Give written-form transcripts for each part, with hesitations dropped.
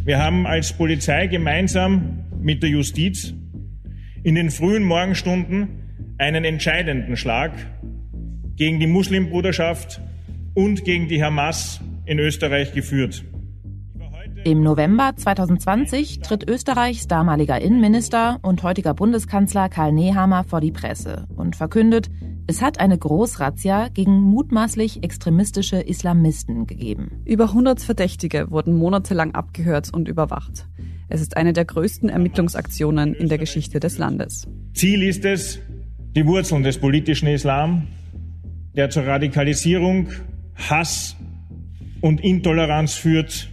Wir haben als Polizei gemeinsam mit der Justiz in den frühen Morgenstunden einen entscheidenden Schlag gegen die Muslimbruderschaft und gegen die Hamas in Österreich geführt. Im November 2020 tritt Österreichs damaliger Innenminister und heutiger Bundeskanzler Karl Nehammer vor die Presse und verkündet, es hat eine Großrazzia gegen mutmaßlich extremistische Islamisten gegeben. Über 100 Verdächtige wurden monatelang abgehört und überwacht. Es ist eine der größten Ermittlungsaktionen in der Geschichte des Landes. Ziel ist es, die Wurzeln des politischen Islam, der zur Radikalisierung, Hass und Intoleranz führt,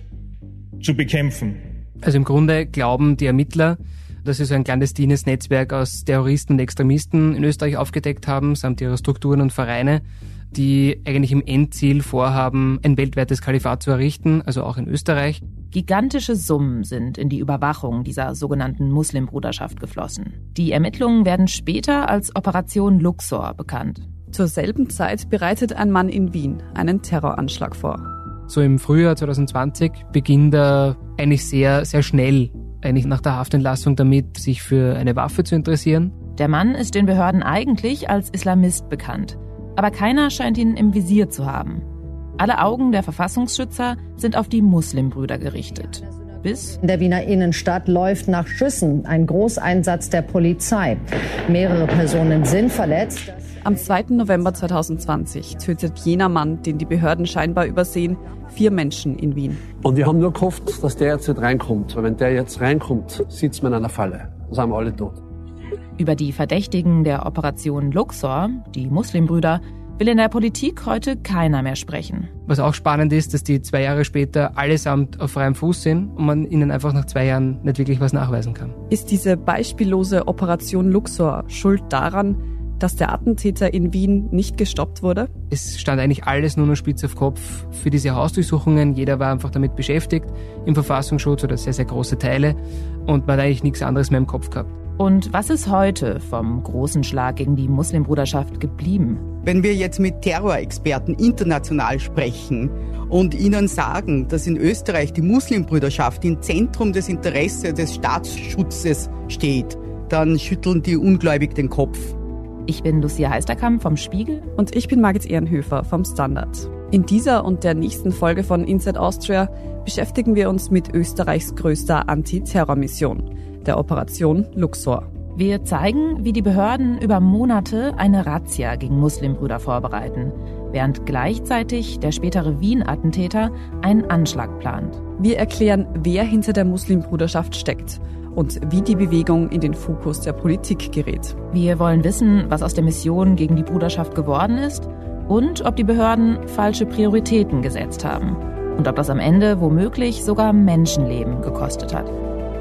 zu bekämpfen. Also im Grunde glauben die Ermittler, dass sie so ein clandestines Netzwerk aus Terroristen und Extremisten in Österreich aufgedeckt haben, samt ihrer Strukturen und Vereine, die eigentlich im Endziel vorhaben, ein weltweites Kalifat zu errichten, also auch in Österreich. Gigantische Summen sind in die Überwachung dieser sogenannten Muslimbruderschaft geflossen. Die Ermittlungen werden später als Operation Luxor bekannt. Zur selben Zeit bereitet ein Mann in Wien einen Terroranschlag vor. So im Frühjahr 2020 beginnt er eigentlich sehr, sehr schnell, eigentlich nach der Haftentlassung damit, sich für eine Waffe zu interessieren. Der Mann ist den Behörden eigentlich als Islamist bekannt, aber keiner scheint ihn im Visier zu haben. Alle Augen der Verfassungsschützer sind auf die Muslimbrüder gerichtet. Bis in der Wiener Innenstadt läuft nach Schüssen ein Großeinsatz der Polizei. Mehrere Personen sind verletzt. Am 2. November 2020 tötet jener Mann, den die Behörden scheinbar übersehen, 4 Menschen in Wien. Und wir haben nur gehofft, dass der jetzt nicht reinkommt. Weil wenn der jetzt reinkommt, sitzt man in einer Falle. Dann sind wir alle tot. Über die Verdächtigen der Operation Luxor, die Muslimbrüder, will in der Politik heute keiner mehr sprechen. Was auch spannend ist, dass die 2 Jahre später allesamt auf freiem Fuß sind und man ihnen einfach nach 2 Jahren nicht wirklich was nachweisen kann. Ist diese beispiellose Operation Luxor schuld daran, dass der Attentäter in Wien nicht gestoppt wurde? Es stand eigentlich alles nur noch spitz auf Kopf für diese Hausdurchsuchungen. Jeder war einfach damit beschäftigt, im Verfassungsschutz oder sehr, sehr große Teile. Und man hat eigentlich nichts anderes mehr im Kopf gehabt. Und was ist heute vom großen Schlag gegen die Muslimbruderschaft geblieben? Wenn wir jetzt mit Terrorexperten international sprechen und ihnen sagen, dass in Österreich die Muslimbrüderschaft im Zentrum des Interesses des Staatsschutzes steht, dann schütteln die ungläubig den Kopf. Ich bin Lucia Heisterkamp vom Spiegel. Und ich bin Margit Ehrenhöfer vom Standard. In dieser und der nächsten Folge von Inside Austria beschäftigen wir uns mit Österreichs größter Antiterrormission, der Operation Luxor. Wir zeigen, wie die Behörden über Monate eine Razzia gegen Muslimbrüder vorbereiten, während gleichzeitig der spätere Wien-Attentäter einen Anschlag plant. Wir erklären, wer hinter der Muslimbruderschaft steckt und wie die Bewegung in den Fokus der Politik gerät. Wir wollen wissen, was aus der Mission gegen die Bruderschaft geworden ist und ob die Behörden falsche Prioritäten gesetzt haben und ob das am Ende womöglich sogar Menschenleben gekostet hat.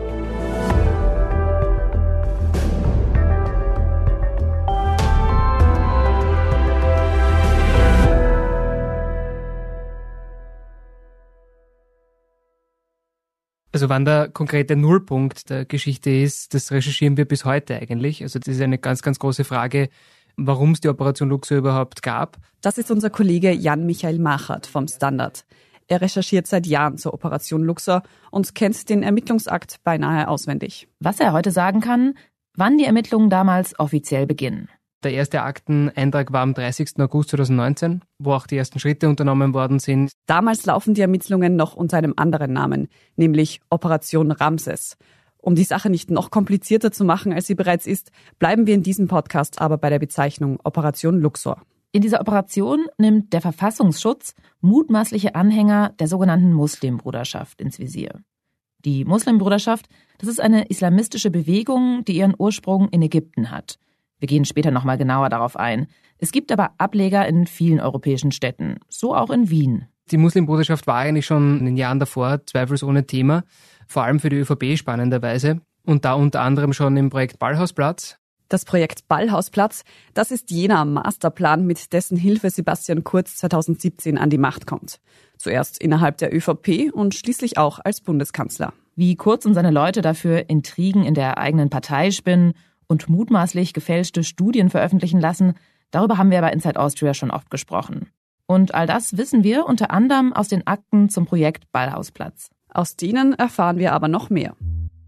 Also wann der konkrete Nullpunkt der Geschichte ist, das recherchieren wir bis heute eigentlich. Also das ist eine ganz, ganz große Frage, warum es die Operation Luxor überhaupt gab. Das ist unser Kollege Jan-Michael Machert vom Standard. Er recherchiert seit Jahren zur Operation Luxor und kennt den Ermittlungsakt beinahe auswendig. Was er heute sagen kann, wann die Ermittlungen damals offiziell beginnen. Der erste Akteneintrag war am 30. August 2019, wo auch die ersten Schritte unternommen worden sind. Damals laufen die Ermittlungen noch unter einem anderen Namen, nämlich Operation Ramses. Um die Sache nicht noch komplizierter zu machen, als sie bereits ist, bleiben wir in diesem Podcast aber bei der Bezeichnung Operation Luxor. In dieser Operation nimmt der Verfassungsschutz mutmaßliche Anhänger der sogenannten Muslimbruderschaft ins Visier. Die Muslimbruderschaft, das ist eine islamistische Bewegung, die ihren Ursprung in Ägypten hat. Wir gehen später nochmal genauer darauf ein. Es gibt aber Ableger in vielen europäischen Städten, so auch in Wien. Die Muslimbruderschaft war eigentlich schon in den Jahren davor zweifelsohne Thema, vor allem für die ÖVP spannenderweise und da unter anderem schon im Projekt Ballhausplatz. Das Projekt Ballhausplatz, das ist jener Masterplan, mit dessen Hilfe Sebastian Kurz 2017 an die Macht kommt. Zuerst innerhalb der ÖVP und schließlich auch als Bundeskanzler. Wie Kurz und seine Leute dafür Intrigen in der eigenen Partei spinnen und mutmaßlich gefälschte Studien veröffentlichen lassen, darüber haben wir bei Inside Austria schon oft gesprochen. Und all das wissen wir unter anderem aus den Akten zum Projekt Ballhausplatz. Aus denen erfahren wir aber noch mehr.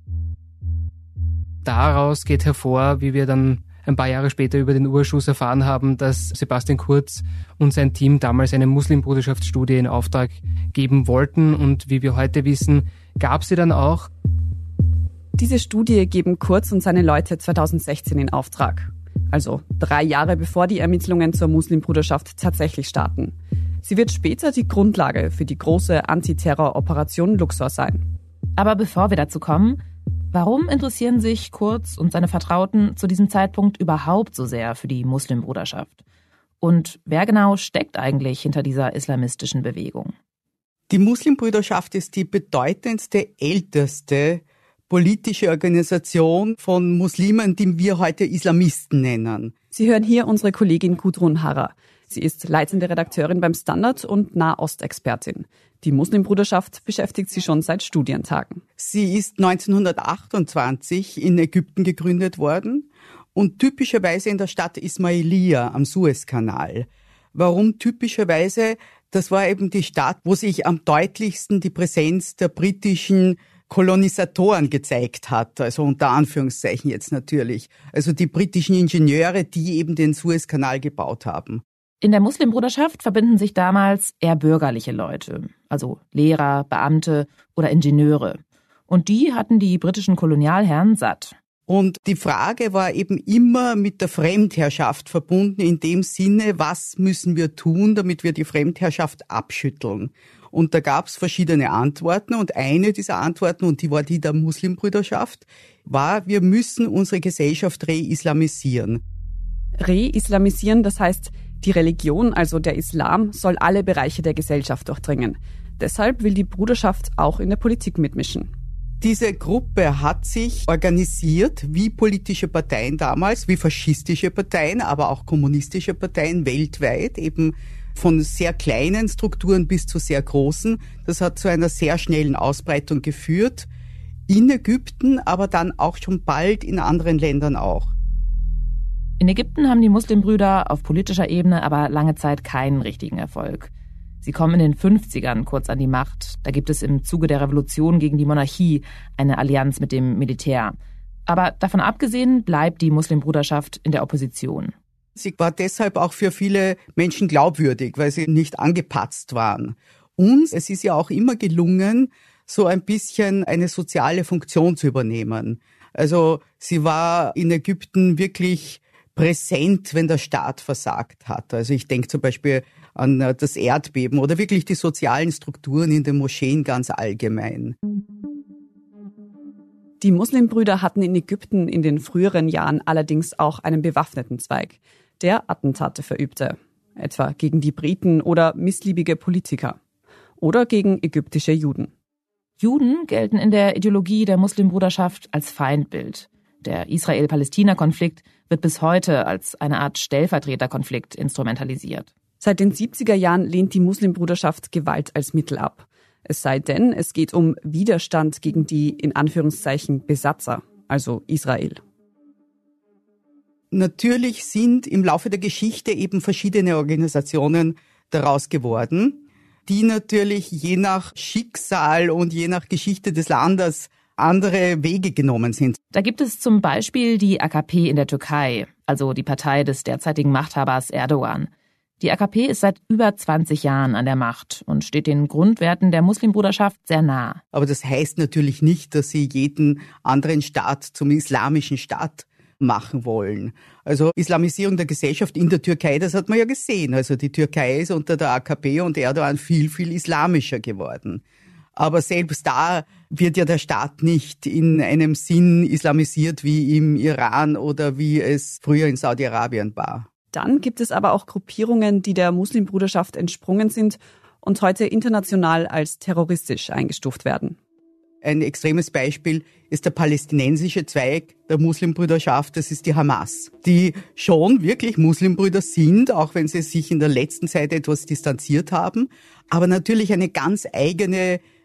Daraus geht hervor, wie wir dann ein paar Jahre später über den Urschuss erfahren haben, dass Sebastian Kurz und sein Team damals eine Muslimbruderschaftsstudie in Auftrag geben wollten. Und wie wir heute wissen, gab sie dann auch. Diese Studie geben Kurz und seine Leute 2016 in Auftrag. Also 3 Jahre bevor die Ermittlungen zur Muslimbruderschaft tatsächlich starten. Sie wird später die Grundlage für die große Antiterror-Operation Luxor sein. Aber bevor wir dazu kommen, warum interessieren sich Kurz und seine Vertrauten zu diesem Zeitpunkt überhaupt so sehr für die Muslimbruderschaft? Und wer genau steckt eigentlich hinter dieser islamistischen Bewegung? Die Muslimbruderschaft ist die bedeutendste, älteste politische Organisation von Muslimen, die wir heute Islamisten nennen. Sie hören hier unsere Kollegin Gudrun Harrer. Sie ist leitende Redakteurin beim Standard und Nahostexpertin. Die Muslimbruderschaft beschäftigt sie schon seit Studientagen. Sie ist 1928 in Ägypten gegründet worden und typischerweise in der Stadt Ismailia am Suezkanal. Warum typischerweise? Das war eben die Stadt, wo sich am deutlichsten die Präsenz der britischen Kolonisatoren gezeigt hat, also unter Anführungszeichen jetzt natürlich. Also die britischen Ingenieure, die eben den Suezkanal gebaut haben. In der Muslimbruderschaft verbinden sich damals eher bürgerliche Leute, also Lehrer, Beamte oder Ingenieure. Und die hatten die britischen Kolonialherren satt. Und die Frage war eben immer mit der Fremdherrschaft verbunden, in dem Sinne, was müssen wir tun, damit wir die Fremdherrschaft abschütteln. Und da gab es verschiedene Antworten und eine dieser Antworten, und die war die der Muslimbrüderschaft, war, wir müssen unsere Gesellschaft reislamisieren. Reislamisieren, das heißt, die Religion, also der Islam, soll alle Bereiche der Gesellschaft durchdringen. Deshalb will die Bruderschaft auch in der Politik mitmischen. Diese Gruppe hat sich organisiert wie politische Parteien damals, wie faschistische Parteien, aber auch kommunistische Parteien weltweit, eben von sehr kleinen Strukturen bis zu sehr großen. Das hat zu einer sehr schnellen Ausbreitung geführt, in Ägypten, aber dann auch schon bald in anderen Ländern auch. In Ägypten haben die Muslimbrüder auf politischer Ebene aber lange Zeit keinen richtigen Erfolg. Sie kommen in den 50ern kurz an die Macht. Da gibt es im Zuge der Revolution gegen die Monarchie eine Allianz mit dem Militär. Aber davon abgesehen bleibt die Muslimbruderschaft in der Opposition. Sie war deshalb auch für viele Menschen glaubwürdig, weil sie nicht angepatzt waren. Und es ist ja auch immer gelungen, so ein bisschen eine soziale Funktion zu übernehmen. Also sie war in Ägypten wirklich präsent, wenn der Staat versagt hat. Also ich denke zum Beispiel an das Erdbeben oder wirklich die sozialen Strukturen in den Moscheen ganz allgemein. Die Muslimbrüder hatten in Ägypten in den früheren Jahren allerdings auch einen bewaffneten Zweig, der Attentate verübte, etwa gegen die Briten oder missliebige Politiker oder gegen ägyptische Juden. Juden gelten in der Ideologie der Muslimbruderschaft als Feindbild. Der Israel-Palästina-Konflikt wird bis heute als eine Art Stellvertreterkonflikt instrumentalisiert. Seit den 70er Jahren lehnt die Muslimbruderschaft Gewalt als Mittel ab. Es sei denn, es geht um Widerstand gegen die, in Anführungszeichen, Besatzer, also Israel. Natürlich sind im Laufe der Geschichte eben verschiedene Organisationen daraus geworden, die natürlich je nach Schicksal und je nach Geschichte des Landes andere Wege genommen sind. Da gibt es zum Beispiel die AKP in der Türkei, also die Partei des derzeitigen Machthabers Erdogan. Die AKP ist seit über 20 Jahren an der Macht und steht den Grundwerten der Muslimbruderschaft sehr nah. Aber das heißt natürlich nicht, dass sie jeden anderen Staat zum islamischen Staat machen wollen. Also Islamisierung der Gesellschaft in der Türkei, das hat man ja gesehen. Also die Türkei ist unter der AKP und Erdogan viel, viel islamischer geworden. Aber selbst da wird ja der Staat nicht in einem Sinn islamisiert wie im Iran oder wie es früher in Saudi-Arabien war. Dann gibt es aber auch Gruppierungen, die der Muslimbruderschaft entsprungen sind und heute international als terroristisch eingestuft werden. Ein extremes Beispiel ist der palästinensische Zweig der Muslimbruderschaft, das ist die Hamas, die schon wirklich Muslimbrüder sind, auch wenn sie sich in der letzten Zeit etwas distanziert haben, aber natürlich eine ganz eigene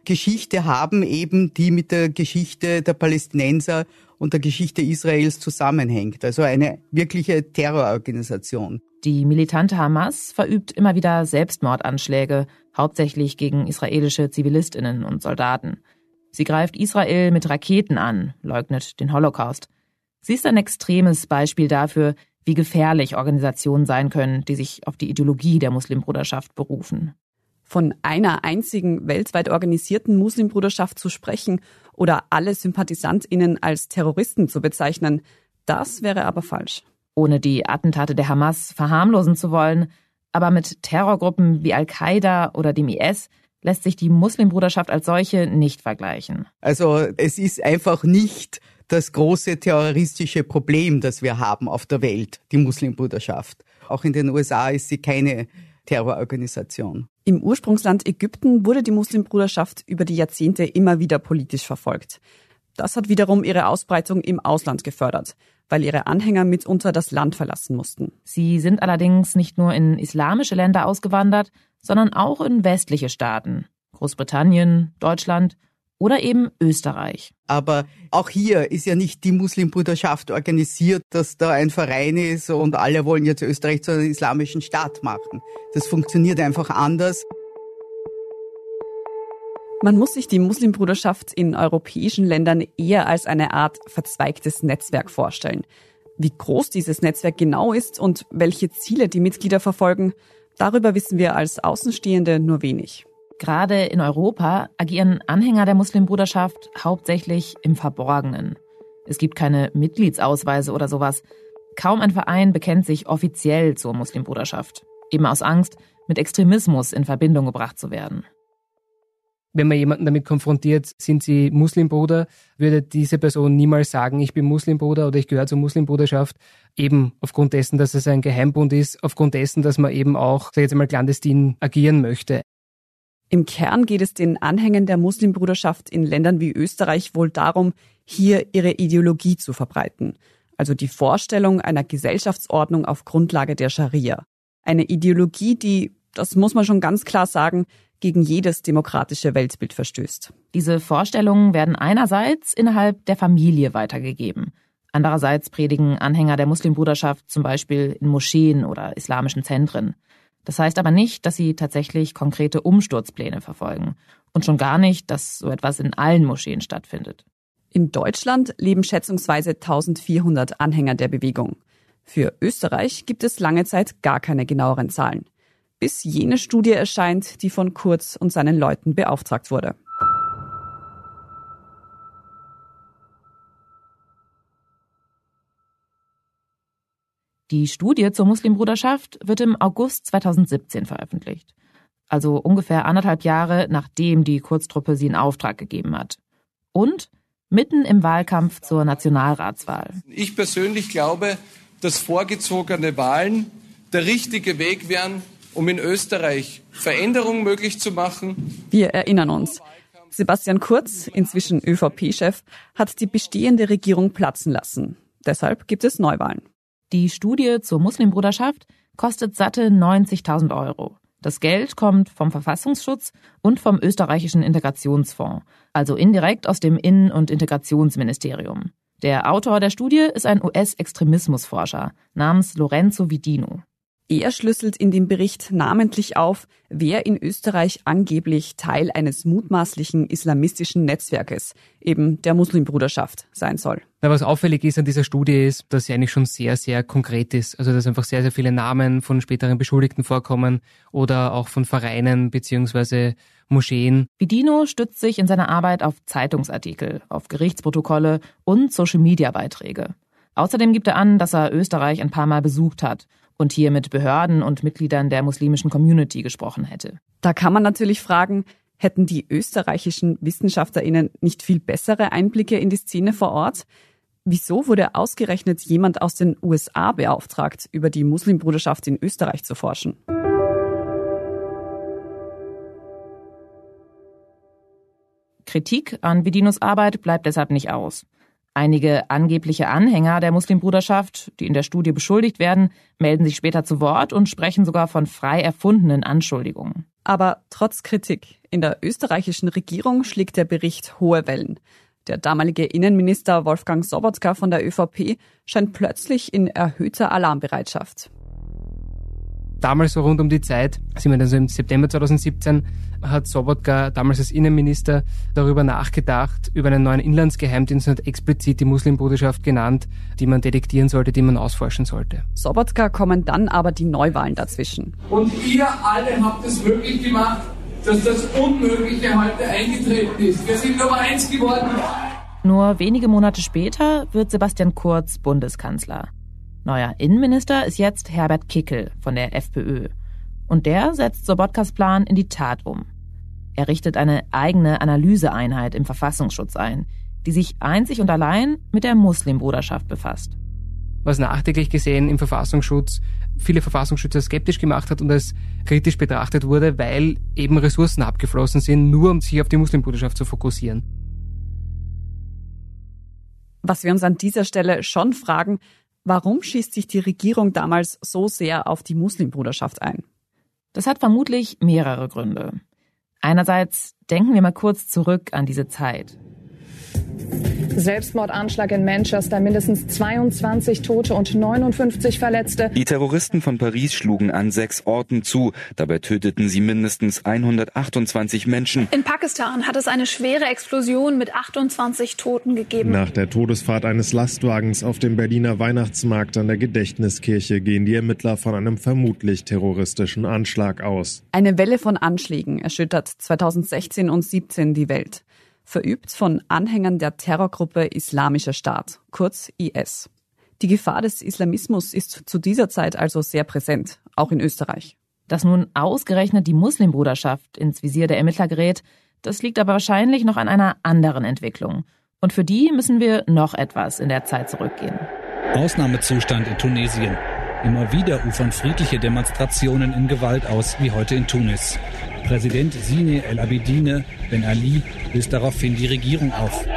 Geschichte haben, eben die mit der Geschichte der Palästinenser und der Geschichte Israels zusammenhängt. Also eine wirkliche Terrororganisation. Die militante Hamas verübt immer wieder Selbstmordanschläge, hauptsächlich gegen israelische ZivilistInnen und Soldaten. Sie greift Israel mit Raketen an, leugnet den Holocaust. Sie ist ein extremes Beispiel dafür, wie gefährlich Organisationen sein können, die sich auf die Ideologie der Muslimbruderschaft berufen. Von einer einzigen weltweit organisierten Muslimbruderschaft zu sprechen oder alle SympathisantInnen als Terroristen zu bezeichnen, das wäre aber falsch. Ohne die Attentate der Hamas verharmlosen zu wollen, aber mit Terrorgruppen wie Al-Qaida oder dem IS lässt sich die Muslimbruderschaft als solche nicht vergleichen. Also es ist einfach nicht das große terroristische Problem, das wir haben auf der Welt, die Muslimbruderschaft. Auch in den USA ist sie keine Terrororganisation. Im Ursprungsland Ägypten wurde die Muslimbruderschaft über die Jahrzehnte immer wieder politisch verfolgt. Das hat wiederum ihre Ausbreitung im Ausland gefördert, weil ihre Anhänger mitunter das Land verlassen mussten. Sie sind allerdings nicht nur in islamische Länder ausgewandert, sondern auch in westliche Staaten, Großbritannien, Deutschland oder eben Österreich. Aber auch hier ist ja nicht die Muslimbruderschaft organisiert, dass da ein Verein ist und alle wollen jetzt Österreich zu einem islamischen Staat machen. Das funktioniert einfach anders. Man muss sich die Muslimbruderschaft in europäischen Ländern eher als eine Art verzweigtes Netzwerk vorstellen. Wie groß dieses Netzwerk genau ist und welche Ziele die Mitglieder verfolgen, darüber wissen wir als Außenstehende nur wenig. Gerade in Europa agieren Anhänger der Muslimbruderschaft hauptsächlich im Verborgenen. Es gibt keine Mitgliedsausweise oder sowas. Kaum ein Verein bekennt sich offiziell zur Muslimbruderschaft. Eben aus Angst, mit Extremismus in Verbindung gebracht zu werden. Wenn man jemanden damit konfrontiert, sind Sie Muslimbruder, würde diese Person niemals sagen, ich bin Muslimbruder oder ich gehöre zur Muslimbruderschaft, eben aufgrund dessen, dass es ein Geheimbund ist, aufgrund dessen, dass man eben auch, sag ich jetzt einmal, clandestin agieren möchte. Im Kern geht es den Anhängern der Muslimbruderschaft in Ländern wie Österreich wohl darum, hier ihre Ideologie zu verbreiten. Also die Vorstellung einer Gesellschaftsordnung auf Grundlage der Scharia. Eine Ideologie, die, das muss man schon ganz klar sagen, gegen jedes demokratische Weltbild verstößt. Diese Vorstellungen werden einerseits innerhalb der Familie weitergegeben. Andererseits predigen Anhänger der Muslimbruderschaft zum Beispiel in Moscheen oder islamischen Zentren. Das heißt aber nicht, dass sie tatsächlich konkrete Umsturzpläne verfolgen. Und schon gar nicht, dass so etwas in allen Moscheen stattfindet. In Deutschland leben schätzungsweise 1400 Anhänger der Bewegung. Für Österreich gibt es lange Zeit gar keine genaueren Zahlen. Bis jene Studie erscheint, die von Kurz und seinen Leuten beauftragt wurde. Die Studie zur Muslimbruderschaft wird im August 2017 veröffentlicht. Also ungefähr 1,5 Jahre, nachdem die Kurz-Truppe sie in Auftrag gegeben hat. Und mitten im Wahlkampf zur Nationalratswahl. Ich persönlich glaube, dass vorgezogene Wahlen der richtige Weg wären, um in Österreich Veränderungen möglich zu machen. Wir erinnern uns. Sebastian Kurz, inzwischen ÖVP-Chef, hat die bestehende Regierung platzen lassen. Deshalb gibt es Neuwahlen. Die Studie zur Muslimbruderschaft kostet satte 90.000 €. Das Geld kommt vom Verfassungsschutz und vom österreichischen Integrationsfonds, also indirekt aus dem Innen- und Integrationsministerium. Der Autor der Studie ist ein US-Extremismusforscher namens Lorenzo Vidino. Er schlüsselt in dem Bericht namentlich auf, wer in Österreich angeblich Teil eines mutmaßlichen islamistischen Netzwerkes, eben der Muslimbruderschaft, sein soll. Was auffällig ist an dieser Studie ist, dass sie eigentlich schon sehr, sehr konkret ist. Also dass einfach sehr, sehr viele Namen von späteren Beschuldigten vorkommen oder auch von Vereinen bzw. Moscheen. Vidino stützt sich in seiner Arbeit auf Zeitungsartikel, auf Gerichtsprotokolle und Social-Media-Beiträge. Außerdem gibt er an, dass er Österreich ein paar Mal besucht hat und hier mit Behörden und Mitgliedern der muslimischen Community gesprochen hätte. Da kann man natürlich fragen, hätten die österreichischen WissenschaftlerInnen nicht viel bessere Einblicke in die Szene vor Ort? Wieso wurde ausgerechnet jemand aus den USA beauftragt, über die Muslimbruderschaft in Österreich zu forschen? Kritik an Vidinos Arbeit bleibt deshalb nicht aus. Einige angebliche Anhänger der Muslimbruderschaft, die in der Studie beschuldigt werden, melden sich später zu Wort und sprechen sogar von frei erfundenen Anschuldigungen. Aber trotz Kritik in der österreichischen Regierung schlägt der Bericht hohe Wellen. Der damalige Innenminister Wolfgang Sobotka von der ÖVP scheint plötzlich in erhöhter Alarmbereitschaft. Damals so rund um die Zeit, sind wir also im September 2017, hat Sobotka damals als Innenminister darüber nachgedacht, über einen neuen Inlandsgeheimdienst und hat explizit die Muslimbruderschaft genannt, die man detektieren sollte, die man ausforschen sollte. Sobotka kommen dann aber die Neuwahlen dazwischen. Und ihr alle habt es möglich gemacht, dass das Unmögliche heute eingetreten ist. Wir sind Nummer 1 geworden. Nur wenige Monate später wird Sebastian Kurz Bundeskanzler. Neuer Innenminister ist jetzt Herbert Kickl von der FPÖ. Und der setzt Sobotkas Plan in die Tat um. Er richtet eine eigene Analyseeinheit im Verfassungsschutz ein, die sich einzig und allein mit der Muslimbruderschaft befasst. Was nachträglich gesehen im Verfassungsschutz viele Verfassungsschützer skeptisch gemacht hat und als kritisch betrachtet wurde, weil eben Ressourcen abgeflossen sind, nur um sich auf die Muslimbruderschaft zu fokussieren. Was wir uns an dieser Stelle schon fragen, warum schießt sich die Regierung damals so sehr auf die Muslimbruderschaft ein? Das hat vermutlich mehrere Gründe. Einerseits denken wir mal kurz zurück an diese Zeit. Selbstmordanschlag in Manchester, mindestens 22 Tote und 59 Verletzte. Die Terroristen von Paris schlugen an 6 Orten zu. Dabei töteten sie mindestens 128 Menschen. In Pakistan hat es eine schwere Explosion mit 28 Toten gegeben. Nach der Todesfahrt eines Lastwagens auf dem Berliner Weihnachtsmarkt an der Gedächtniskirche gehen die Ermittler von einem vermutlich terroristischen Anschlag aus. Eine Welle von Anschlägen erschüttert 2016 und 2017 die Welt. Verübt von Anhängern der Terrorgruppe Islamischer Staat, kurz IS. Die Gefahr des Islamismus ist zu dieser Zeit also sehr präsent, auch in Österreich. Dass nun ausgerechnet die Muslimbruderschaft ins Visier der Ermittler gerät, das liegt aber wahrscheinlich noch an einer anderen Entwicklung. Und für die müssen wir noch etwas in der Zeit zurückgehen. Ausnahmezustand in Tunesien. Immer wieder ufern friedliche Demonstrationen in Gewalt aus, wie heute in Tunis. Präsident Zine El Abidine Ben Ali löst daraufhin die Regierung auf.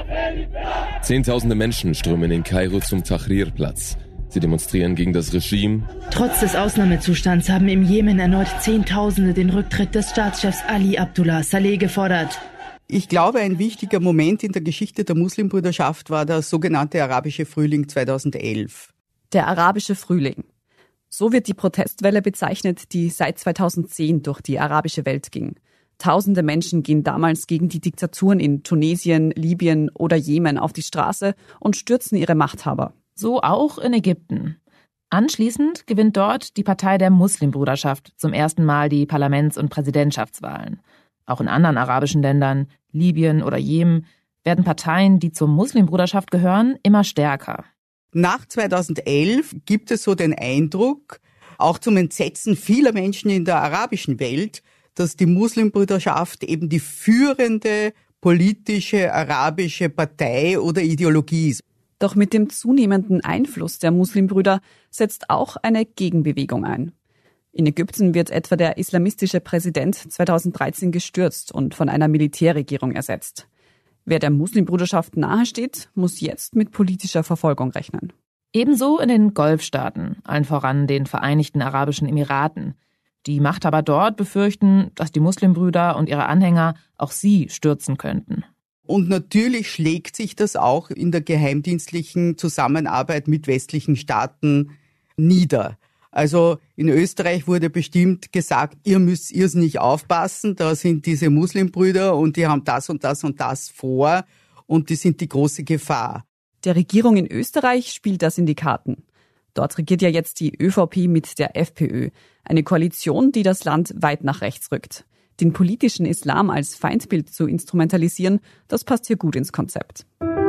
Zehntausende Menschen strömen in Kairo zum Tahrir-Platz. Sie demonstrieren gegen das Regime. Trotz des Ausnahmezustands haben im Jemen erneut Zehntausende den Rücktritt des Staatschefs Ali Abdullah Saleh gefordert. Ich glaube, ein wichtiger Moment in der Geschichte der Muslimbruderschaft war der sogenannte arabische Frühling 2011. Der arabische Frühling. So wird die Protestwelle bezeichnet, die seit 2010 durch die arabische Welt ging. Tausende Menschen gehen damals gegen die Diktaturen in Tunesien, Libyen oder Jemen auf die Straße und stürzen ihre Machthaber. So auch in Ägypten. Anschließend gewinnt dort die Partei der Muslimbruderschaft zum ersten Mal die Parlaments- und Präsidentschaftswahlen. Auch in anderen arabischen Ländern, Libyen oder Jemen, werden Parteien, die zur Muslimbruderschaft gehören, immer stärker. Nach 2011 gibt es so den Eindruck, auch zum Entsetzen vieler Menschen in der arabischen Welt, dass die Muslimbruderschaft eben die führende politische arabische Partei oder Ideologie ist. Doch mit dem zunehmenden Einfluss der Muslimbrüder setzt auch eine Gegenbewegung ein. In Ägypten wird etwa der islamistische Präsident 2013 gestürzt und von einer Militärregierung ersetzt. Wer der Muslimbruderschaft nahesteht, muss jetzt mit politischer Verfolgung rechnen. Ebenso in den Golfstaaten, allen voran den Vereinigten Arabischen Emiraten. Die Machthaber dort befürchten, dass die Muslimbrüder und ihre Anhänger auch sie stürzen könnten. Und natürlich schlägt sich das auch in der geheimdienstlichen Zusammenarbeit mit westlichen Staaten nieder. Also in Österreich wurde bestimmt gesagt, ihr müsst irrsinnig aufpassen, da sind diese Muslimbrüder und die haben das und das und das vor und die sind die große Gefahr. Der Regierung in Österreich spielt das in die Karten. Dort regiert ja jetzt die ÖVP mit der FPÖ, eine Koalition, die das Land weit nach rechts rückt. Den politischen Islam als Feindbild zu instrumentalisieren, das passt hier gut ins Konzept.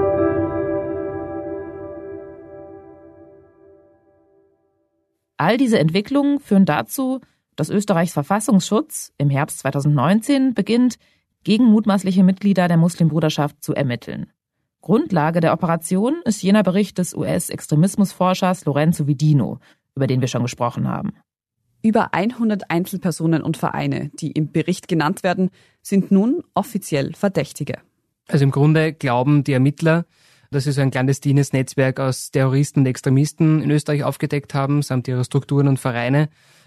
All diese Entwicklungen führen dazu, dass Österreichs Verfassungsschutz im Herbst 2019 beginnt, gegen mutmaßliche Mitglieder der Muslimbruderschaft zu ermitteln. Grundlage der Operation ist jener Bericht des US-Extremismusforschers Lorenzo Vidino, über den wir schon gesprochen haben. Über 100 Einzelpersonen und Vereine, die im Bericht genannt werden, sind nun offiziell Verdächtige. Also im Grunde glauben die Ermittler, dass sie so ein clandestines Netzwerk aus Terroristen und Extremisten in Österreich aufgedeckt haben, samt ihrer Strukturen und Vereine,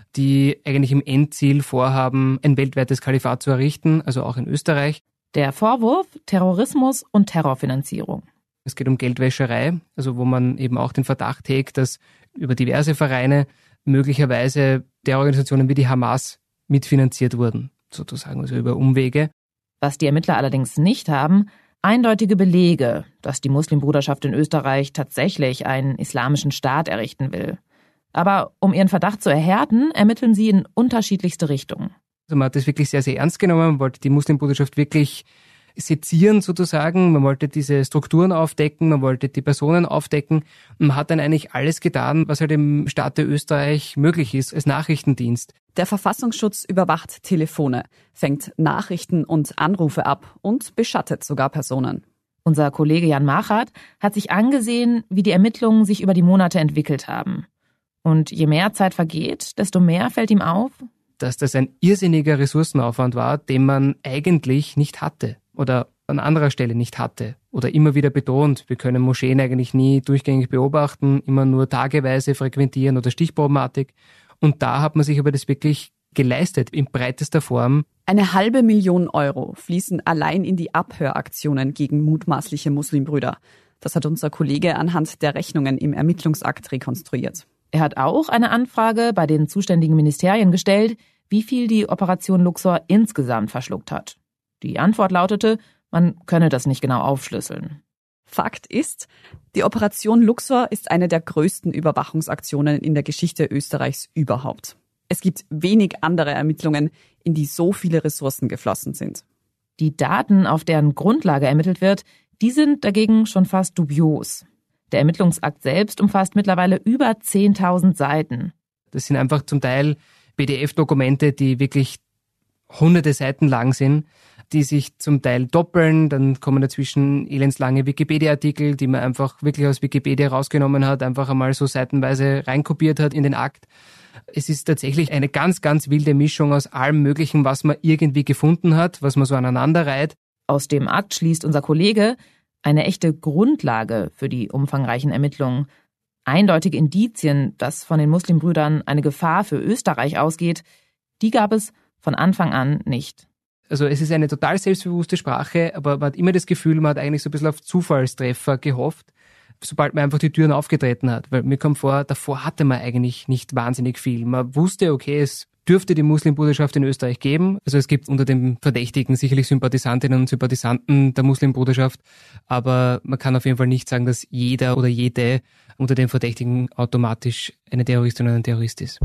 die eigentlich im Endziel vorhaben, ein weltweites Kalifat zu errichten, also auch in Österreich. Der Vorwurf: Terrorismus und Terrorfinanzierung. Es geht um Geldwäscherei, also wo man eben auch den Verdacht hegt, dass über diverse Vereine möglicherweise Terrororganisationen wie die Hamas mitfinanziert wurden, sozusagen, also über Umwege. Was die Ermittler allerdings nicht haben: eindeutige Belege, dass die Muslimbruderschaft in Österreich tatsächlich einen islamischen Staat errichten will. Aber um ihren Verdacht zu erhärten, ermitteln sie in unterschiedlichste Richtungen. Also man hat das wirklich sehr, sehr ernst genommen. Man wollte die Muslimbruderschaft wirklich sezieren sozusagen. Man wollte diese Strukturen aufdecken, man wollte die Personen aufdecken. Und man hat dann eigentlich alles getan, was halt im Staate Österreich möglich ist, als Nachrichtendienst. Der Verfassungsschutz überwacht Telefone, fängt Nachrichten und Anrufe ab und beschattet sogar Personen. Unser Kollege Jan Machert hat sich angesehen, wie die Ermittlungen sich über die Monate entwickelt haben. Und je mehr Zeit vergeht, desto mehr fällt ihm auf, dass das ein irrsinniger Ressourcenaufwand war, den man eigentlich nicht hatte oder an anderer Stelle nicht hatte oder immer wieder betont. Wir können Moscheen eigentlich nie durchgängig beobachten, immer nur tageweise frequentieren oder Stichprobenartig. Und da hat man sich aber das wirklich geleistet, in breitester Form. 500.000 Euro fließen allein in die Abhöraktionen gegen mutmaßliche Muslimbrüder. Das hat unser Kollege anhand der Rechnungen im Ermittlungsakt rekonstruiert. Er hat auch eine Anfrage bei den zuständigen Ministerien gestellt, wie viel die Operation Luxor insgesamt verschluckt hat. Die Antwort lautete, man könne das nicht genau aufschlüsseln. Fakt ist, die Operation Luxor ist eine der größten Überwachungsaktionen in der Geschichte Österreichs überhaupt. Es gibt wenig andere Ermittlungen, in die so viele Ressourcen geflossen sind. Die Daten, auf deren Grundlage ermittelt wird, die sind dagegen schon fast dubios. Der Ermittlungsakt selbst umfasst mittlerweile über 10.000 Seiten. Das sind einfach zum Teil PDF-Dokumente, die wirklich hunderte Seiten lang sind, die sich zum Teil doppeln. Dann kommen dazwischen elendslange Wikipedia-Artikel, die man einfach wirklich aus Wikipedia rausgenommen hat, einfach einmal so seitenweise reinkopiert hat in den Akt. Es ist tatsächlich eine ganz, ganz wilde Mischung aus allem Möglichen, was man irgendwie gefunden hat, was man so aneinander reiht. Aus dem Akt schließt unser Kollege: eine echte Grundlage für die umfangreichen Ermittlungen. Eindeutige Indizien, dass von den Muslimbrüdern eine Gefahr für Österreich ausgeht, die gab es von Anfang an nicht. Also es ist eine total selbstbewusste Sprache, aber man hat immer das Gefühl, man hat eigentlich so ein bisschen auf Zufallstreffer gehofft, sobald man einfach die Türen aufgetreten hat. Weil mir kommt vor, davor hatte man eigentlich nicht wahnsinnig viel. Man wusste, okay, es dürfte die Muslimbruderschaft in Österreich geben. Also es gibt unter den Verdächtigen sicherlich Sympathisantinnen und Sympathisanten der Muslimbruderschaft, aber man kann auf jeden Fall nicht sagen, dass jeder oder jede unter den Verdächtigen automatisch eine Terroristin oder ein Terrorist ist.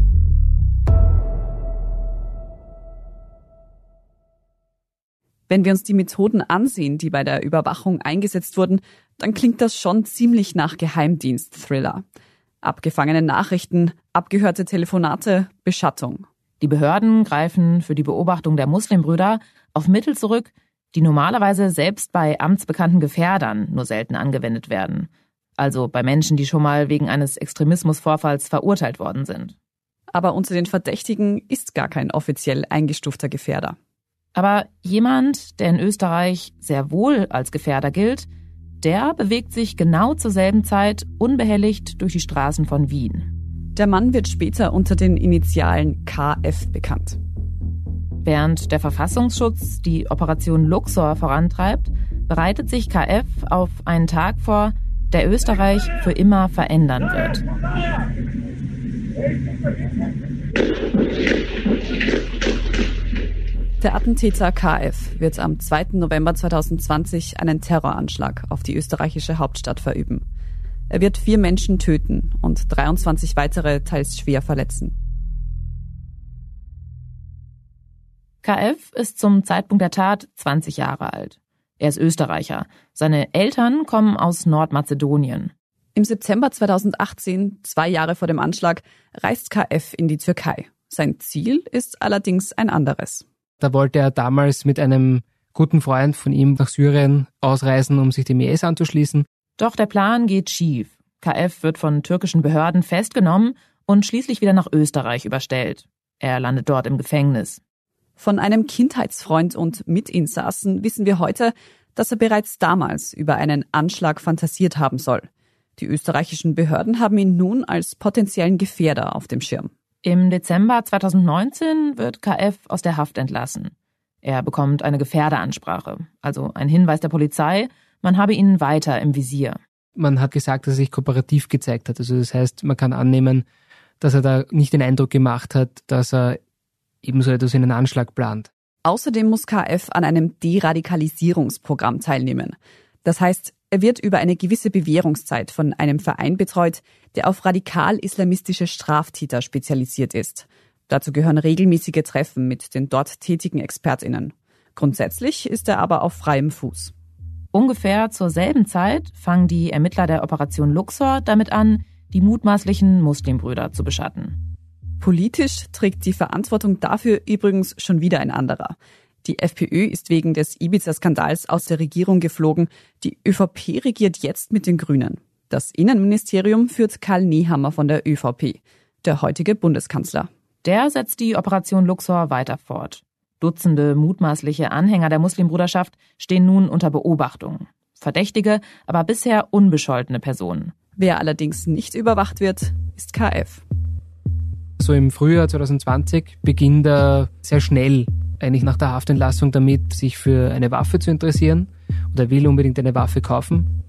Wenn wir uns die Methoden ansehen, die bei der Überwachung eingesetzt wurden, dann klingt das schon ziemlich nach Geheimdienst-Thriller. Abgefangene Nachrichten, abgehörte Telefonate, Beschattung. Die Behörden greifen für die Beobachtung der Muslimbrüder auf Mittel zurück, die normalerweise selbst bei amtsbekannten Gefährdern nur selten angewendet werden. Also bei Menschen, die schon mal wegen eines Extremismusvorfalls verurteilt worden sind. Aber unter den Verdächtigen ist gar kein offiziell eingestufter Gefährder. Aber jemand, der in Österreich sehr wohl als Gefährder gilt, der bewegt sich genau zur selben Zeit unbehelligt durch die Straßen von Wien. Der Mann wird später unter den Initialen KF bekannt. Während der Verfassungsschutz die Operation Luxor vorantreibt, bereitet sich KF auf einen Tag vor, der Österreich für immer verändern wird. Der Attentäter KF wird am 2. November 2020 einen Terroranschlag auf die österreichische Hauptstadt verüben. Er wird 4 Menschen töten und 23 weitere teils schwer verletzen. KF ist zum Zeitpunkt der Tat 20 Jahre alt. Er ist Österreicher. Seine Eltern kommen aus Nordmazedonien. Im September 2018, 2 Jahre vor dem Anschlag, reist KF in die Türkei. Sein Ziel ist allerdings ein anderes. Da wollte er damals mit einem guten Freund von ihm nach Syrien ausreisen, um sich dem IS anzuschließen. Doch der Plan geht schief. KF wird von türkischen Behörden festgenommen und schließlich wieder nach Österreich überstellt. Er landet dort im Gefängnis. Von einem Kindheitsfreund und Mitinsassen wissen wir heute, dass er bereits damals über einen Anschlag fantasiert haben soll. Die österreichischen Behörden haben ihn nun als potenziellen Gefährder auf dem Schirm. Im Dezember 2019 wird KF aus der Haft entlassen. Er bekommt eine Gefährderansprache, also ein Hinweis der Polizei, man habe ihn weiter im Visier. Man hat gesagt, dass er sich kooperativ gezeigt hat. Also das heißt, man kann annehmen, dass er da nicht den Eindruck gemacht hat, dass er ebenso etwas wie einen Anschlag plant. Außerdem muss KF an einem Deradikalisierungsprogramm teilnehmen. Das heißt, er wird über eine gewisse Bewährungszeit von einem Verein betreut, der auf radikal-islamistische Straftäter spezialisiert ist. Dazu gehören regelmäßige Treffen mit den dort tätigen ExpertInnen. Grundsätzlich ist er aber auf freiem Fuß. Ungefähr zur selben Zeit fangen die Ermittler der Operation Luxor damit an, die mutmaßlichen Muslimbrüder zu beschatten. Politisch trägt die Verantwortung dafür übrigens schon wieder ein anderer. Die FPÖ ist wegen des Ibiza-Skandals aus der Regierung geflogen. Die ÖVP regiert jetzt mit den Grünen. Das Innenministerium führt Karl Nehammer von der ÖVP, der heutige Bundeskanzler. Der setzt die Operation Luxor weiter fort. Dutzende mutmaßliche Anhänger der Muslimbruderschaft stehen nun unter Beobachtung. Verdächtige, aber bisher unbescholtene Personen. Wer allerdings nicht überwacht wird, ist KF. So im Frühjahr 2020 beginnt er sehr schnell, eigentlich nach der Haftentlassung, damit, sich für eine Waffe zu interessieren oder will unbedingt eine Waffe kaufen.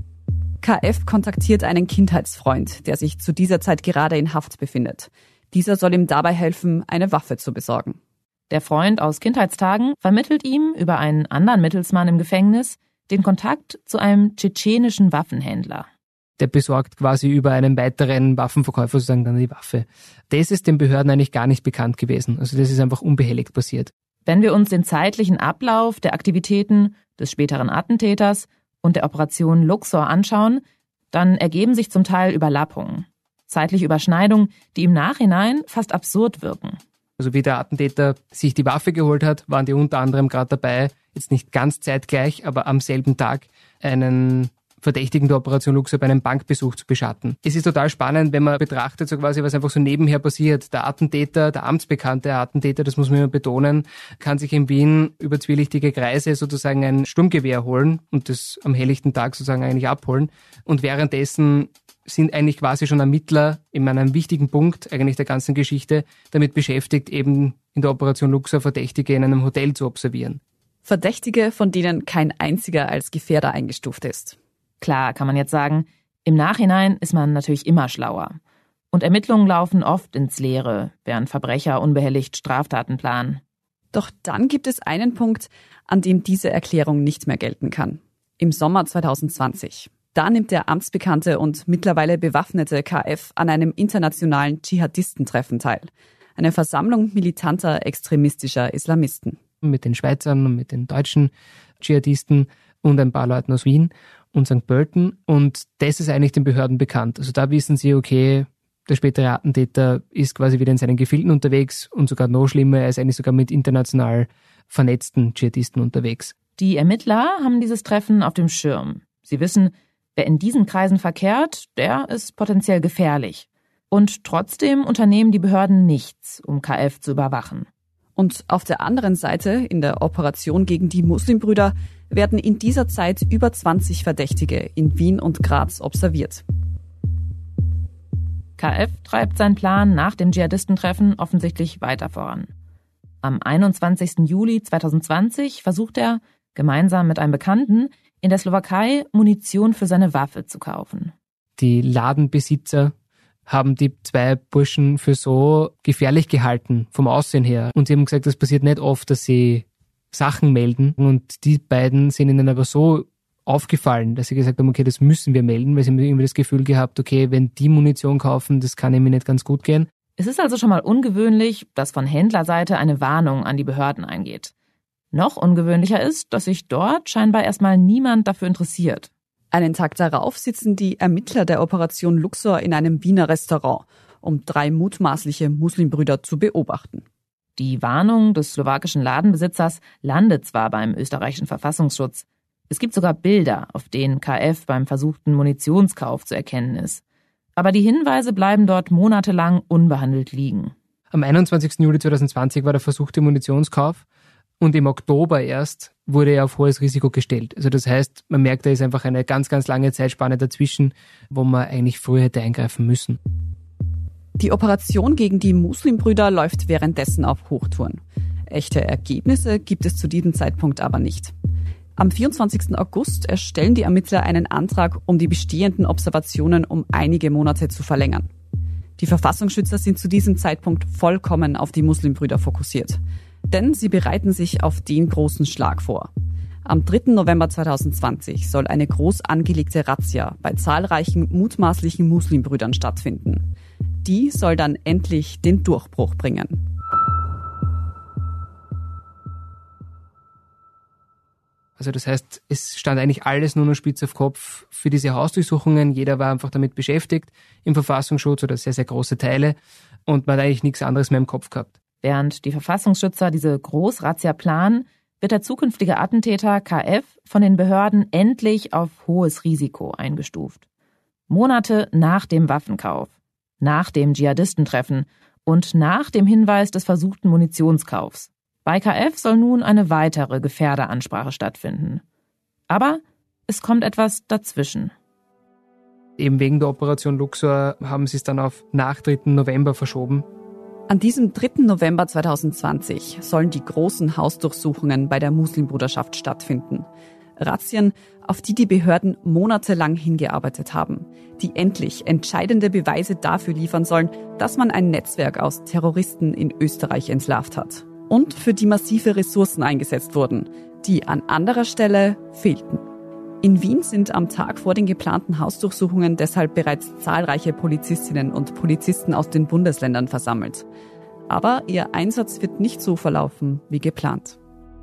KF kontaktiert einen Kindheitsfreund, der sich zu dieser Zeit gerade in Haft befindet. Dieser soll ihm dabei helfen, eine Waffe zu besorgen. Der Freund aus Kindheitstagen vermittelt ihm über einen anderen Mittelsmann im Gefängnis den Kontakt zu einem tschetschenischen Waffenhändler. Der besorgt quasi über einen weiteren Waffenverkäufer sozusagen dann die Waffe. Das ist den Behörden eigentlich gar nicht bekannt gewesen. Also das ist einfach unbehelligt passiert. Wenn wir uns den zeitlichen Ablauf der Aktivitäten des späteren Attentäters und der Operation Luxor anschauen, dann ergeben sich zum Teil Überlappungen. Zeitliche Überschneidungen, die im Nachhinein fast absurd wirken. Also wie der Attentäter sich die Waffe geholt hat, waren die unter anderem gerade dabei, jetzt nicht ganz zeitgleich, aber am selben Tag einen Verdächtigen der Operation Luxor bei einem Bankbesuch zu beschatten. Es ist total spannend, wenn man betrachtet, so quasi, was einfach so nebenher passiert. Der Attentäter, der amtsbekannte Attentäter, das muss man immer betonen, kann sich in Wien über zwielichtige Kreise sozusagen ein Sturmgewehr holen und das am helllichten Tag sozusagen eigentlich abholen. Und währenddessen sind eigentlich quasi schon Ermittler in einem wichtigen Punkt eigentlich der ganzen Geschichte damit beschäftigt, eben in der Operation Luxor Verdächtige in einem Hotel zu observieren. Verdächtige, von denen kein einziger als Gefährder eingestuft ist. Klar, kann man jetzt sagen, im Nachhinein ist man natürlich immer schlauer. Und Ermittlungen laufen oft ins Leere, während Verbrecher unbehelligt Straftaten planen. Doch dann gibt es einen Punkt, an dem diese Erklärung nicht mehr gelten kann. Im Sommer 2020. Da nimmt der amtsbekannte und mittlerweile bewaffnete KF an einem internationalen Dschihadistentreffen teil. Eine Versammlung militanter, extremistischer Islamisten. Mit den Schweizern und mit den deutschen Dschihadisten und ein paar Leuten aus Wien und St. Pölten. Und das ist eigentlich den Behörden bekannt. Also da wissen sie, okay, der spätere Attentäter ist quasi wieder in seinen Gefilden unterwegs und sogar noch schlimmer, er ist eigentlich sogar mit international vernetzten Dschihadisten unterwegs. Die Ermittler haben dieses Treffen auf dem Schirm. Sie wissen, wer in diesen Kreisen verkehrt, der ist potenziell gefährlich. Und trotzdem unternehmen die Behörden nichts, um KF zu überwachen. Und auf der anderen Seite, in der Operation gegen die Muslimbrüder, werden in dieser Zeit über 20 Verdächtige in Wien und Graz observiert. KF treibt seinen Plan nach dem Dschihadistentreffen offensichtlich weiter voran. Am 21. Juli 2020 versucht er, gemeinsam mit einem Bekannten, in der Slowakei Munition für seine Waffe zu kaufen. Die Ladenbesitzer haben die zwei Burschen für so gefährlich gehalten, vom Aussehen her. Und sie haben gesagt, das passiert nicht oft, dass sie Sachen melden. Und die beiden sind ihnen aber so aufgefallen, dass sie gesagt haben, okay, das müssen wir melden, weil sie haben irgendwie das Gefühl gehabt, okay, wenn die Munition kaufen, das kann irgendwie nicht ganz gut gehen. Es ist also schon mal ungewöhnlich, dass von Händlerseite eine Warnung an die Behörden eingeht. Noch ungewöhnlicher ist, dass sich dort scheinbar erstmal niemand dafür interessiert. Einen Tag darauf sitzen die Ermittler der Operation Luxor in einem Wiener Restaurant, um 3 mutmaßliche Muslimbrüder zu beobachten. Die Warnung des slowakischen Ladenbesitzers landet zwar beim österreichischen Verfassungsschutz. Es gibt sogar Bilder, auf denen KF beim versuchten Munitionskauf zu erkennen ist. Aber die Hinweise bleiben dort monatelang unbehandelt liegen. Am 21. Juli 2020 war der versuchte Munitionskauf. Und im Oktober erst wurde er auf hohes Risiko gestellt. Also das heißt, man merkt, da ist einfach eine ganz, ganz lange Zeitspanne dazwischen, wo man eigentlich früher hätte eingreifen müssen. Die Operation gegen die Muslimbrüder läuft währenddessen auf Hochtouren. Echte Ergebnisse gibt es zu diesem Zeitpunkt aber nicht. Am 24. August erstellen die Ermittler einen Antrag, um die bestehenden Observationen um einige Monate zu verlängern. Die Verfassungsschützer sind zu diesem Zeitpunkt vollkommen auf die Muslimbrüder fokussiert. Denn sie bereiten sich auf den großen Schlag vor. Am 3. November 2020 soll eine groß angelegte Razzia bei zahlreichen mutmaßlichen Muslimbrüdern stattfinden. Die soll dann endlich den Durchbruch bringen. Also das heißt, es stand eigentlich alles nur noch spitz auf Kopf für diese Hausdurchsuchungen. Jeder war einfach damit beschäftigt im Verfassungsschutz oder sehr, sehr große Teile. Und man hat eigentlich nichts anderes mehr im Kopf gehabt. Während die Verfassungsschützer diese Großrazzia planen, wird der zukünftige Attentäter KF von den Behörden endlich auf hohes Risiko eingestuft. Monate nach dem Waffenkauf, nach dem Dschihadistentreffen und nach dem Hinweis des versuchten Munitionskaufs. Bei KF soll nun eine weitere Gefährderansprache stattfinden. Aber es kommt etwas dazwischen. Eben wegen der Operation Luxor haben sie es dann auf nach 3. November verschoben. An diesem 3. November 2020 sollen die großen Hausdurchsuchungen bei der Muslimbruderschaft stattfinden. Razzien, auf die die Behörden monatelang hingearbeitet haben, die endlich entscheidende Beweise dafür liefern sollen, dass man ein Netzwerk aus Terroristen in Österreich entlarvt hat. Und für die massive Ressourcen eingesetzt wurden, die an anderer Stelle fehlten. In Wien sind am Tag vor den geplanten Hausdurchsuchungen deshalb bereits zahlreiche Polizistinnen und Polizisten aus den Bundesländern versammelt. Aber ihr Einsatz wird nicht so verlaufen wie geplant.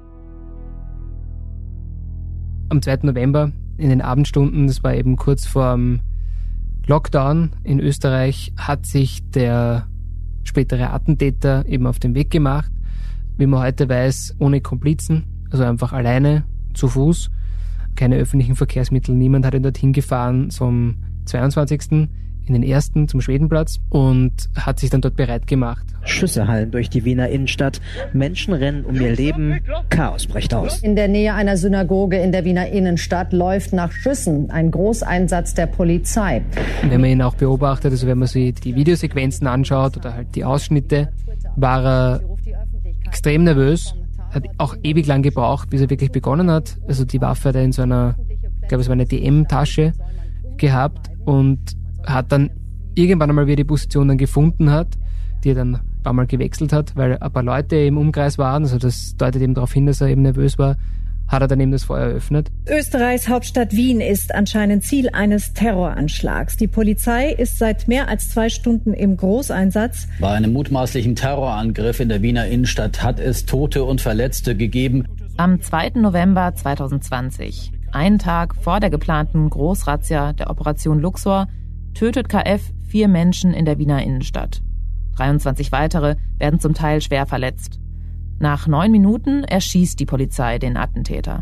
Am 2. November in den Abendstunden, das war eben kurz vor dem Lockdown in Österreich, hat sich der spätere Attentäter eben auf den Weg gemacht. Wie man heute weiß, ohne Komplizen, also einfach alleine, zu Fuß, keine öffentlichen Verkehrsmittel, niemand hat ihn dorthin gefahren zum 22. in den 1. zum Schwedenplatz und hat sich dann dort bereit gemacht. Schüsse hallen durch die Wiener Innenstadt, Menschen rennen um ihr Leben, Chaos bricht aus. In der Nähe einer Synagoge in der Wiener Innenstadt läuft nach Schüssen ein Großeinsatz der Polizei. Wenn man ihn auch beobachtet, also wenn man sich die Videosequenzen anschaut oder halt die Ausschnitte, war er extrem nervös, hat auch ewig lang gebraucht, bis er wirklich begonnen hat. Also die Waffe hat er in so einer, ich glaube es war eine DM-Tasche gehabt und hat dann irgendwann einmal, wie er die Position dann gefunden hat, die er dann ein paar Mal gewechselt hat, weil ein paar Leute im Umkreis waren, also das deutet eben darauf hin, dass er eben nervös war, hat er dann eben das Feuer eröffnet. Österreichs Hauptstadt Wien ist anscheinend Ziel eines Terroranschlags. Die Polizei ist seit mehr als 2 Stunden im Großeinsatz. Bei einem mutmaßlichen Terrorangriff in der Wiener Innenstadt hat es Tote und Verletzte gegeben. Am 2. November 2020, einen Tag vor der geplanten Großrazzia der Operation Luxor, tötet KF 4 Menschen in der Wiener Innenstadt. 23 weitere werden zum Teil schwer verletzt. Nach 9 Minuten erschießt die Polizei den Attentäter.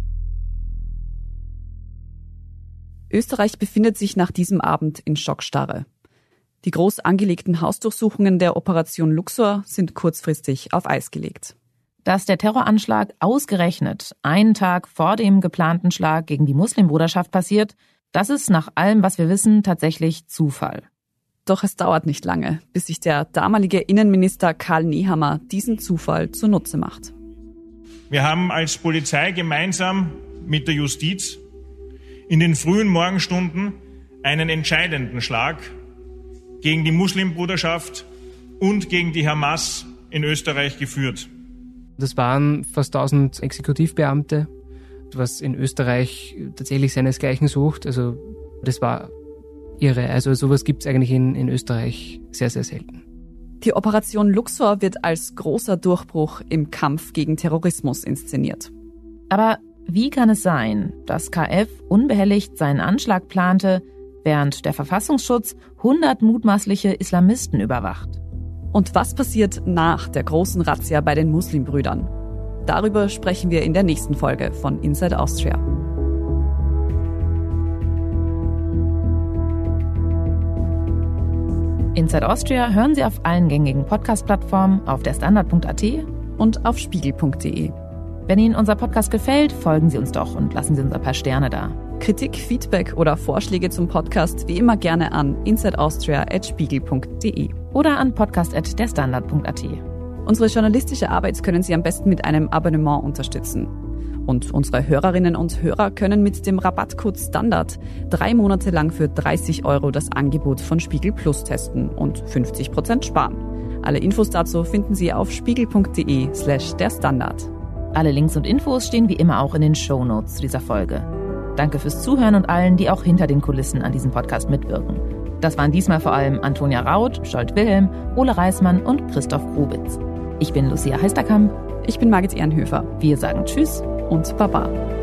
Österreich befindet sich nach diesem Abend in Schockstarre. Die groß angelegten Hausdurchsuchungen der Operation Luxor sind kurzfristig auf Eis gelegt. Dass der Terroranschlag ausgerechnet einen Tag vor dem geplanten Schlag gegen die Muslimbruderschaft passiert, das ist nach allem, was wir wissen, tatsächlich Zufall. Doch es dauert nicht lange, bis sich der damalige Innenminister Karl Nehammer diesen Zufall zunutze macht. Wir haben als Polizei gemeinsam mit der Justiz in den frühen Morgenstunden einen entscheidenden Schlag gegen die Muslimbruderschaft und gegen die Hamas in Österreich geführt. Das waren fast 1000 Exekutivbeamte, was in Österreich tatsächlich seinesgleichen sucht. Also das war irre. Also sowas gibt es eigentlich in Österreich sehr, sehr selten. Die Operation Luxor wird als großer Durchbruch im Kampf gegen Terrorismus inszeniert. Aber wie kann es sein, dass KF unbehelligt seinen Anschlag plante, während der Verfassungsschutz 100 mutmaßliche Islamisten überwacht? Und was passiert nach der großen Razzia bei den Muslimbrüdern? Darüber sprechen wir in der nächsten Folge von Inside Austria. Inside Austria hören Sie auf allen gängigen Podcast-Plattformen, auf der Standard.at und auf spiegel.de. Wenn Ihnen unser Podcast gefällt, folgen Sie uns doch und lassen Sie uns ein paar Sterne da. Kritik, Feedback oder Vorschläge zum Podcast wie immer gerne an insideaustria@spiegel.de oder an podcast@derstandard.at. Unsere journalistische Arbeit können Sie am besten mit einem Abonnement unterstützen. Und unsere Hörerinnen und Hörer können mit dem Rabattcode STANDARD 3 Monate lang für 30 € das Angebot von Spiegel Plus testen und 50% sparen. Alle Infos dazu finden Sie auf spiegel.de/derstandard. Alle Links und Infos stehen wie immer auch in den Shownotes zu dieser Folge. Danke fürs Zuhören und allen, die auch hinter den Kulissen an diesem Podcast mitwirken. Das waren diesmal vor allem Antonia Raut, Scholt-Wilhelm, Ole Reismann und Christoph Grubitz. Ich bin Lucia Heisterkamp. Ich bin Margit Ehrenhöfer. Wir sagen Tschüss und Baba.